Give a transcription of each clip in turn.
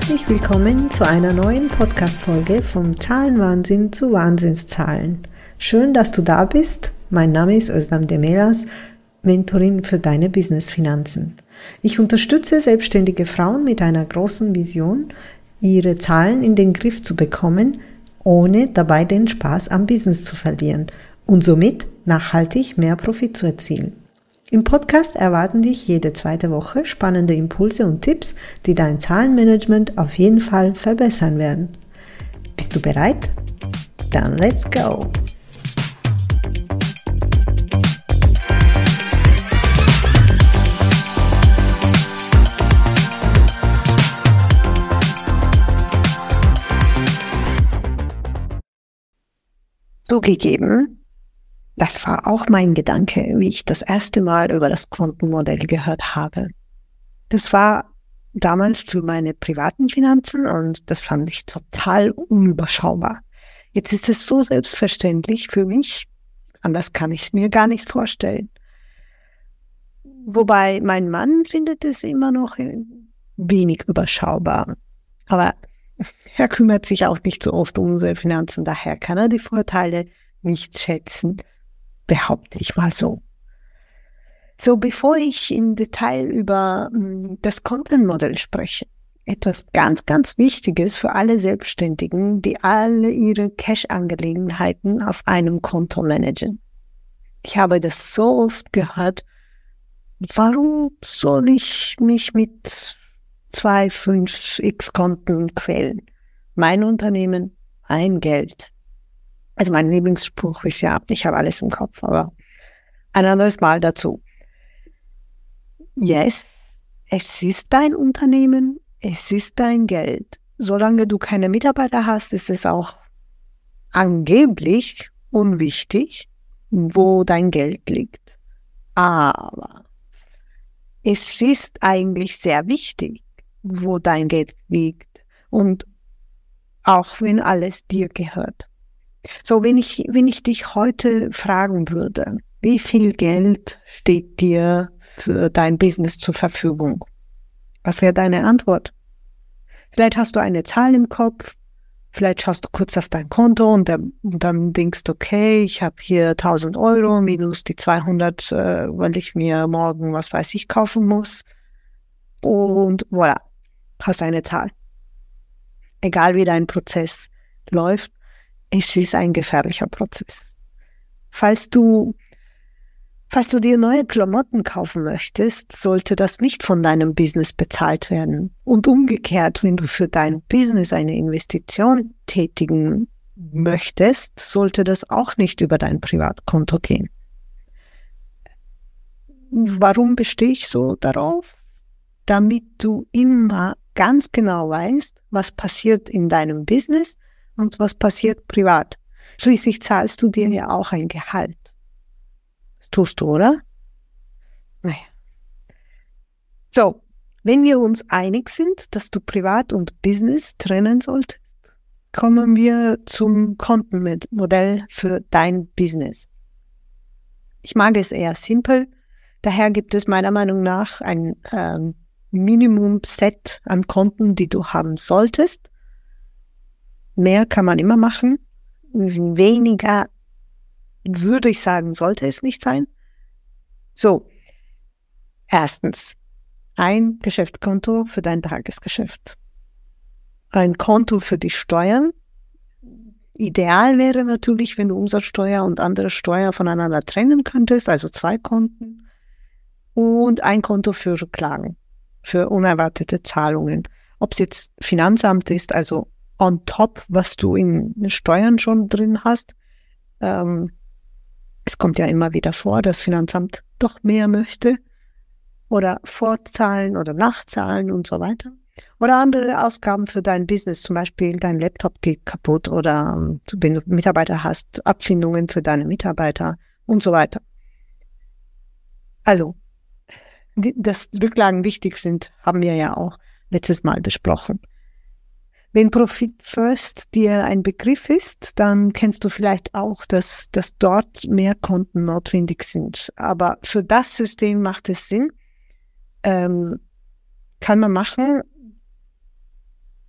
Herzlich willkommen zu einer neuen Podcast-Folge vom Zahlenwahnsinn zu Wahnsinnszahlen. Schön, dass du da bist. Mein Name ist Özlem Demelas, Mentorin für deine Businessfinanzen. Ich unterstütze selbstständige Frauen mit einer großen Vision, ihre Zahlen in den Griff zu bekommen, ohne dabei den Spaß am Business zu verlieren und somit nachhaltig mehr Profit zu erzielen. Im Podcast erwarten dich jede zweite Woche spannende Impulse und Tipps, die dein Zahlenmanagement auf jeden Fall verbessern werden. Bist du bereit? Dann let's go! Zugegeben, das war auch mein Gedanke, wie ich das erste Mal über das Kontenmodell gehört habe. Das war damals für meine privaten Finanzen und das fand ich total unüberschaubar. Jetzt ist es so selbstverständlich für mich, anders kann ich es mir gar nicht vorstellen. Wobei mein Mann findet es immer noch wenig überschaubar. Aber er kümmert sich auch nicht so oft um unsere Finanzen, daher kann er die Vorteile nicht schätzen. Behaupte ich mal so. So, bevor ich im Detail über das Kontenmodell spreche, etwas ganz, ganz Wichtiges für alle Selbstständigen, die alle ihre Cash-Angelegenheiten auf einem Konto managen. Ich habe das so oft gehört. Warum soll ich mich mit 2, 5, X-Konten quälen? Mein Unternehmen, mein Geld. Also mein Lieblingsspruch ist ja, ich habe alles im Kopf, aber ein anderes Mal dazu. Yes, es ist dein Unternehmen, es ist dein Geld. Solange du keine Mitarbeiter hast, ist es auch angeblich unwichtig, wo dein Geld liegt. Aber es ist eigentlich sehr wichtig, wo dein Geld liegt und auch wenn alles dir gehört. So, wenn ich dich heute fragen würde, wie viel Geld steht dir für dein Business zur Verfügung? Was wäre deine Antwort? Vielleicht hast du eine Zahl im Kopf, vielleicht schaust du kurz auf dein Konto und dann denkst du, okay, ich habe hier 1.000 Euro minus die 200, weil ich mir morgen was weiß ich kaufen muss. Und voilà, hast eine Zahl. Egal wie dein Prozess läuft, es ist ein gefährlicher Prozess. Falls du dir neue Klamotten kaufen möchtest, sollte das nicht von deinem Business bezahlt werden. Und umgekehrt, wenn du für dein Business eine Investition tätigen möchtest, sollte das auch nicht über dein Privatkonto gehen. Warum bestehe ich so darauf? Damit du immer ganz genau weißt, was passiert in deinem Business und was passiert privat. Schließlich zahlst du dir ja auch ein Gehalt. Das tust du, oder? Naja. So, wenn wir uns einig sind, dass du Privat und Business trennen solltest, kommen wir zum Kontenmodell für dein Business. Ich mag es eher simpel, daher gibt es meiner Meinung nach ein Minimum-Set an Konten, die du haben solltest. Mehr kann man immer machen. Weniger würde ich sagen, sollte es nicht sein. So, erstens, ein Geschäftskonto für dein Tagesgeschäft. Ein Konto für die Steuern. Ideal wäre natürlich, wenn du Umsatzsteuer und andere Steuer voneinander trennen könntest, also 2 Konten. Und ein Konto für Rücklagen, für unerwartete Zahlungen. Ob es jetzt Finanzamt ist, also on top, was du in Steuern schon drin hast. Es kommt ja immer wieder vor, dass Finanzamt doch mehr möchte. Oder Vorzahlen oder Nachzahlen und so weiter. Oder andere Ausgaben für dein Business, zum Beispiel dein Laptop geht kaputt oder wenn du Mitarbeiter hast, Abfindungen für deine Mitarbeiter und so weiter. Also, dass Rücklagen wichtig sind, haben wir ja auch letztes Mal besprochen. Wenn Profit First dir ein Begriff ist, dann kennst du vielleicht auch, dass dort mehr Konten notwendig sind. Aber für das System macht es Sinn, kann man machen,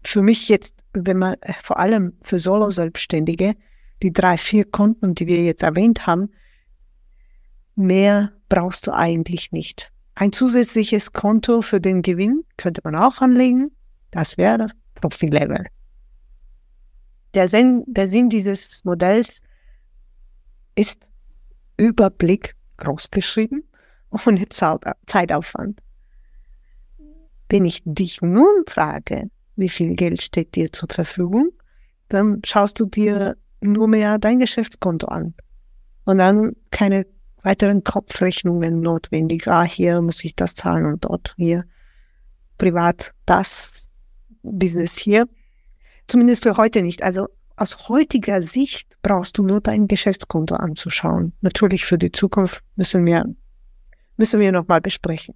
für mich jetzt, wenn man vor allem für Solo-Selbstständige, die 3, 4 Konten, die wir jetzt erwähnt haben, mehr brauchst du eigentlich nicht. Ein zusätzliches Konto für den Gewinn könnte man auch anlegen. Das wäre Profi-Level. Der Sinn dieses Modells ist Überblick groß geschrieben, ohne Zeitaufwand. Wenn ich dich nun frage, wie viel Geld steht dir zur Verfügung, dann schaust du dir nur mehr dein Geschäftskonto an. Und dann keine weiteren Kopfrechnungen notwendig. Hier muss ich das zahlen und dort, hier privat das, Business hier. Zumindest für heute nicht. Also aus heutiger Sicht brauchst du nur dein Geschäftskonto anzuschauen. Natürlich für die Zukunft müssen wir nochmal besprechen.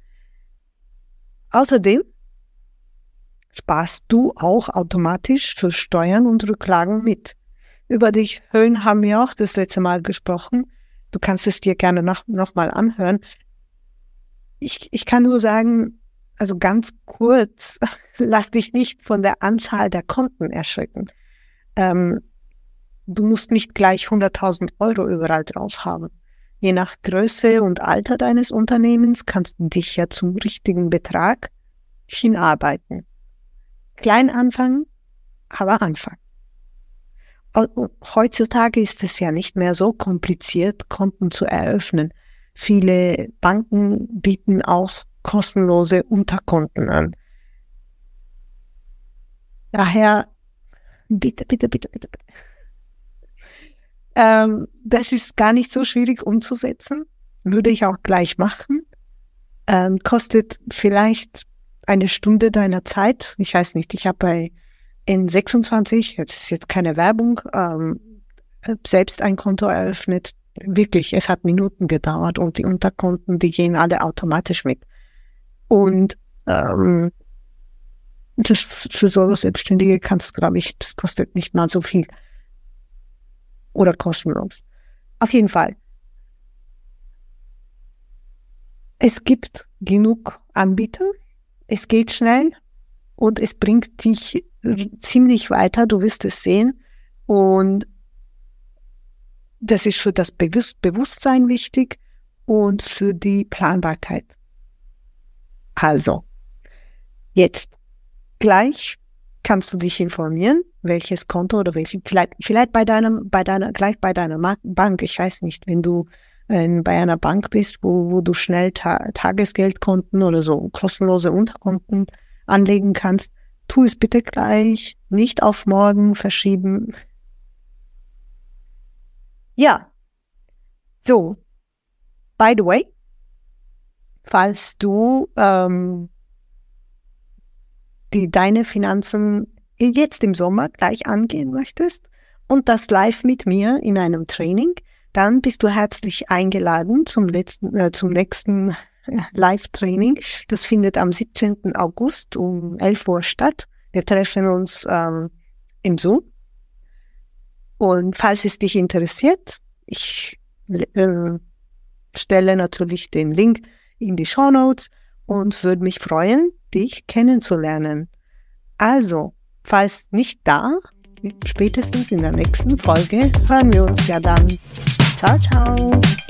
Außerdem sparst du auch automatisch für Steuern und Rücklagen mit. Über die Höhen haben wir auch das letzte Mal gesprochen. Du kannst es dir gerne noch mal anhören. Ich kann nur sagen, also ganz kurz, lass dich nicht von der Anzahl der Konten erschrecken. Du musst nicht gleich 100.000 Euro überall drauf haben. Je nach Größe und Alter deines Unternehmens kannst du dich ja zum richtigen Betrag hinarbeiten. Klein anfangen, aber anfangen. Heutzutage ist es ja nicht mehr so kompliziert, Konten zu eröffnen. Viele Banken bieten auch kostenlose Unterkonten an. Daher, bitte. Das ist gar nicht so schwierig umzusetzen. Würde ich auch gleich machen. Kostet vielleicht eine Stunde deiner Zeit. Ich weiß nicht, ich habe bei N26, jetzt ist jetzt keine Werbung, selbst ein Konto eröffnet. Wirklich, es hat Minuten gedauert und die Unterkonten, die gehen alle automatisch mit. Und das für Solo-Selbstständige glaube ich, das kostet nicht mal so viel. Oder kostenlos. Auf jeden Fall. Es gibt genug Anbieter. Es geht schnell und es bringt dich ziemlich weiter. Du wirst es sehen. Und das ist für das Bewusstsein wichtig und für die Planbarkeit. Also, jetzt gleich kannst du dich informieren, welches Konto oder vielleicht bei deiner Bank, ich weiß nicht, wenn du bei einer Bank bist, wo du schnell Tagesgeldkonten oder so kostenlose Unterkonten anlegen kannst, tu es bitte gleich, nicht auf morgen verschieben. Ja, so, by the way, falls du deine Finanzen jetzt im Sommer gleich angehen möchtest und das live mit mir in einem Training, dann bist du herzlich eingeladen zum nächsten Live-Training. Das findet am 17. August um 11 Uhr statt. Wir treffen uns im Zoom. Und falls es dich interessiert, ich stelle natürlich den Link in die Shownotes und würde mich freuen, dich kennenzulernen. Also, falls nicht da, spätestens in der nächsten Folge hören wir uns ja dann. Ciao, ciao.